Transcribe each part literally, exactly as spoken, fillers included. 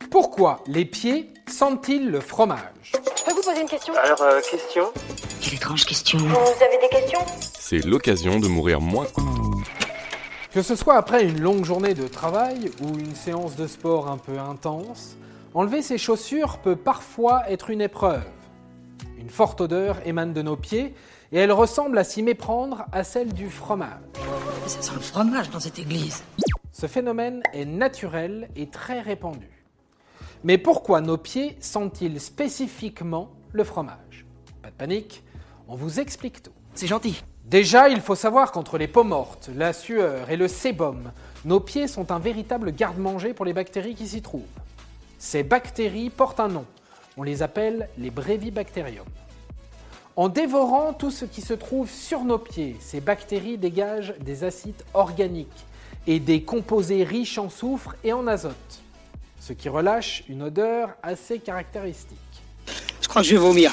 Pourquoi les pieds sentent-ils le fromage ? Je peux vous poser une question ? Alors, euh, question ? Quelle étrange question. Vous avez des questions ? C'est l'occasion de mourir moins. Que ce soit après une longue journée de travail ou une séance de sport un peu intense, enlever ses chaussures peut parfois être une épreuve. Une forte odeur émane de nos pieds et elle ressemble à s'y méprendre à celle du fromage. Ça sent le fromage dans cette église. Ce phénomène est naturel et très répandu. Mais pourquoi nos pieds sentent-ils spécifiquement le fromage ? Pas de panique, on vous explique tout. C'est gentil. Déjà, il faut savoir qu'entre les peaux mortes, la sueur et le sébum, nos pieds sont un véritable garde-manger pour les bactéries qui s'y trouvent. Ces bactéries portent un nom, on les appelle les Brevibacterium. En dévorant tout ce qui se trouve sur nos pieds, ces bactéries dégagent des acides organiques et des composés riches en soufre et en azote, ce qui relâche une odeur assez caractéristique. Je crois que je vais vomir.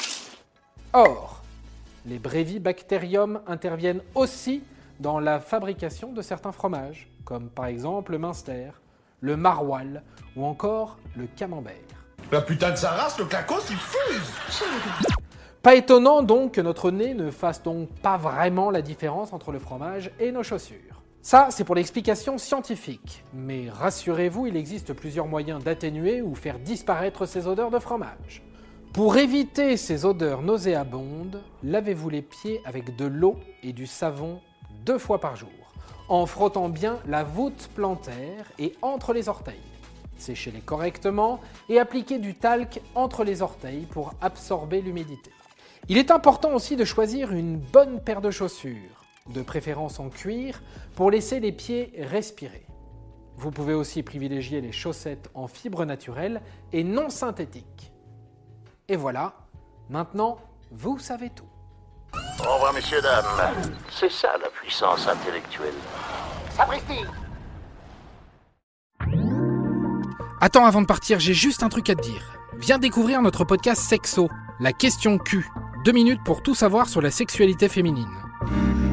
Or, les Brevibacterium interviennent aussi dans la fabrication de certains fromages, comme par exemple le Münster, le Maroilles ou encore le Camembert. La putain de sa race, le clacos, il fuse. Pas étonnant donc que notre nez ne fasse donc pas vraiment la différence entre le fromage et nos chaussures. Ça, c'est pour l'explication scientifique. Mais rassurez-vous, il existe plusieurs moyens d'atténuer ou faire disparaître ces odeurs de fromage. Pour éviter ces odeurs nauséabondes, lavez-vous les pieds avec de l'eau et du savon deux fois par jour, en frottant bien la voûte plantaire et entre les orteils. Séchez-les correctement et appliquez du talc entre les orteils pour absorber l'humidité. Il est important aussi de choisir une bonne paire de chaussures, de préférence en cuir, pour laisser les pieds respirer. Vous pouvez aussi privilégier les chaussettes en fibres naturelles et non synthétiques. Et voilà, maintenant, vous savez tout. Au revoir, messieurs, dames. C'est ça, la puissance intellectuelle. Sapristi ! Attends, avant de partir, j'ai juste un truc à te dire. Viens découvrir notre podcast Sexo, la question Q. Deux minutes pour tout savoir sur la sexualité féminine.